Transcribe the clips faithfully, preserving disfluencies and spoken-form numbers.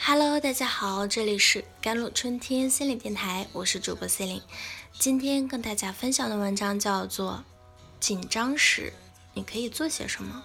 Hello，大家好，这里是甘露春天心理电台，我是主播 C 琳。今天跟大家分享的文章叫做紧张时你可以做些什么。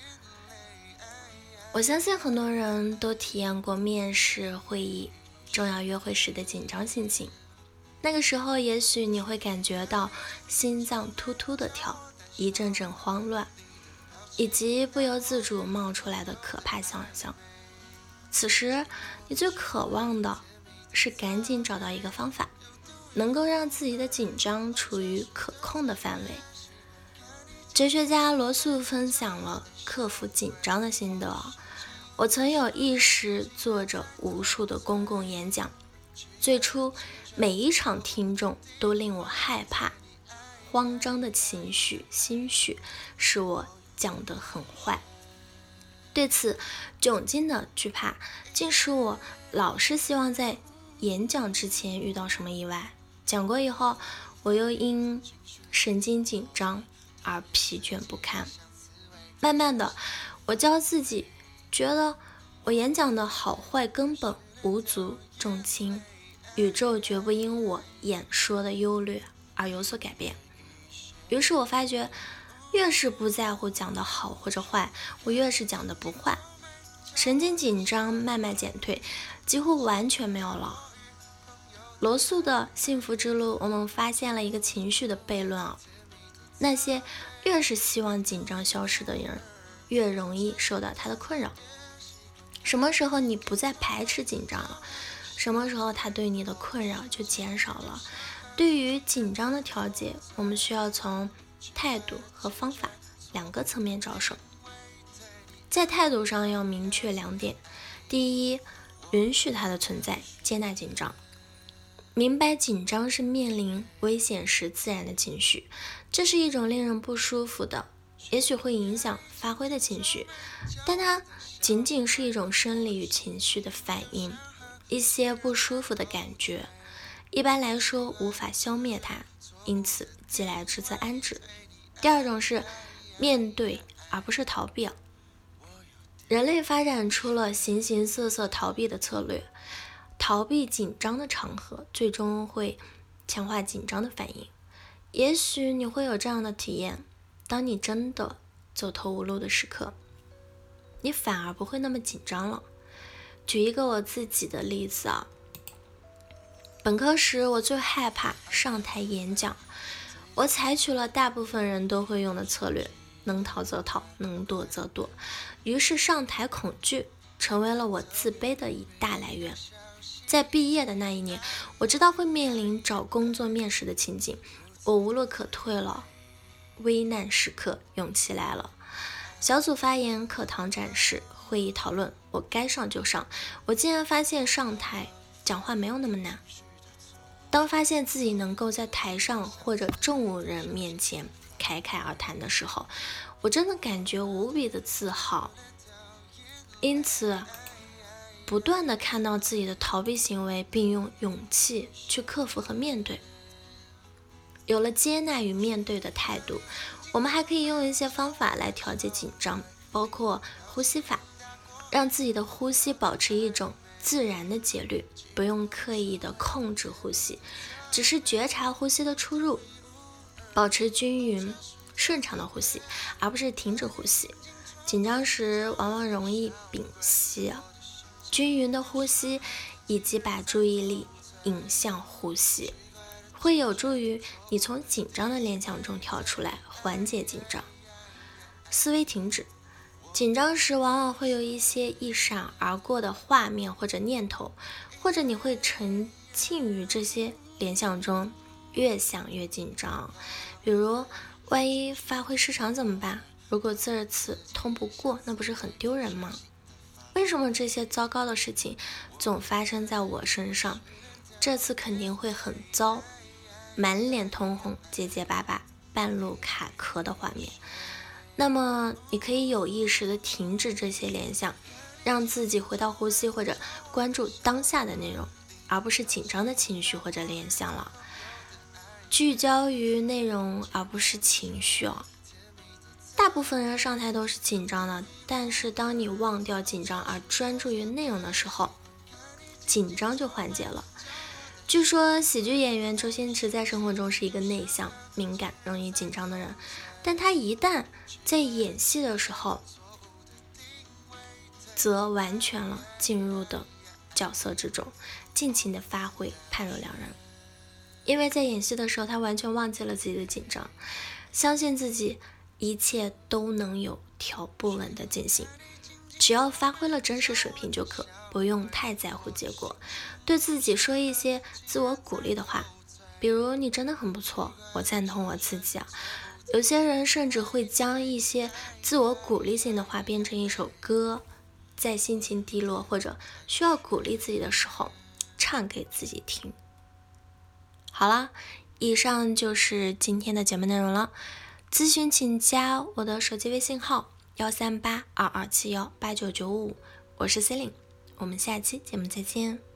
我相信很多人都体验过面试、会议、重要约会时的紧张心情。那个时候也许你会感觉到心脏突突的跳，一阵阵慌乱，以及不由自主冒出来的可怕想象。此时你最渴望的是赶紧找到一个方法，能够让自己的紧张处于可控的范围。哲学家罗素分享了克服紧张的心得。我曾有意识做着无数的公共演讲，最初每一场听众都令我害怕，慌张的情绪心绪使我讲得很坏。对此窘境的惧怕竟使我老是希望在演讲之前遇到什么意外，讲过以后我又因神经紧张而疲倦不堪。慢慢的我教自己觉得我演讲的好坏根本无足重轻，宇宙绝不因我演说的优劣而有所改变。于是我发觉越是不在乎讲的好或者坏，我越是讲的不坏，神经紧张慢慢减退，几乎完全没有了。罗素的幸福之路，我们发现了一个情绪的悖论啊，那些越是希望紧张消失的人，越容易受到它的困扰。什么时候你不再排斥紧张了，什么时候它对你的困扰就减少了。对于紧张的调节，我们需要从态度和方法两个层面着手。在态度上要明确两点：第一，允许它的存在，接纳紧张，明白紧张是面临危险时自然的情绪，这是一种令人不舒服的，也许会影响发挥的情绪，但它仅仅是一种生理与情绪的反应，一些不舒服的感觉一般来说无法消灭它，因此既来之则安之。第二种是面对而不是逃避。人类发展出了形形色色逃避的策略，逃避紧张的场合最终会强化紧张的反应。也许你会有这样的体验，当你真的走投无路的时刻，你反而不会那么紧张了。举一个我自己的例子啊，本科时我最害怕上台演讲，我采取了大部分人都会用的策略，能逃则逃，能躲则躲。于是上台恐惧成为了我自卑的一大来源。在毕业的那一年，我知道会面临找工作面试的情景，我无路可退了。危难时刻，勇气来了。小组发言、课堂展示、会议讨论，我该上就上。我竟然发现上台讲话没有那么难。当发现自己能够在台上或者众人面前侃侃而谈的时候，我真的感觉无比的自豪。因此不断的看到自己的逃避行为，并用勇气去克服和面对。有了接纳与面对的态度，我们还可以用一些方法来调节紧张，包括呼吸法，让自己的呼吸保持一种自然的节律，不用刻意的控制呼吸，只是觉察呼吸的出入，保持均匀顺畅的呼吸，而不是停止呼吸。紧张时往往容易屏息，均匀的呼吸以及把注意力引向呼吸，会有助于你从紧张的联想中跳出来，缓解紧张。思维停止，紧张时往往会有一些一闪而过的画面或者念头，或者你会沉浸于这些联想中，越想越紧张。比如万一发挥失常怎么办？如果这次通不过，那不是很丢人吗？为什么这些糟糕的事情总发生在我身上？这次肯定会很糟，满脸通红，结结巴巴，半路卡壳的画面。那么你可以有意识的停止这些联想，让自己回到呼吸或者关注当下的内容，而不是紧张的情绪或者联想了。聚焦于内容而不是情绪哦。大部分人上台都是紧张的，但是当你忘掉紧张而专注于内容的时候， 紧张就缓解了。据说喜剧演员周星驰在生活中是一个内向、敏感、容易紧张的人，但他一旦在演戏的时候，则完全了进入的角色之中，尽情的发挥，判若两人。因为在演戏的时候，他完全忘记了自己的紧张，相信自己一切都能有条不紊的进行，只要发挥了真实水平就可，不用太在乎结果。对自己说一些自我鼓励的话，比如你真的很不错，我赞同我自己啊。有些人甚至会将一些自我鼓励性的话编成一首歌，在心情低落或者需要鼓励自己的时候唱给自己听。好了，以上就是今天的节目内容了。咨询请加我的手机微信号幺三八二二七幺八九九五，我是 Celine， 我们下期节目再见。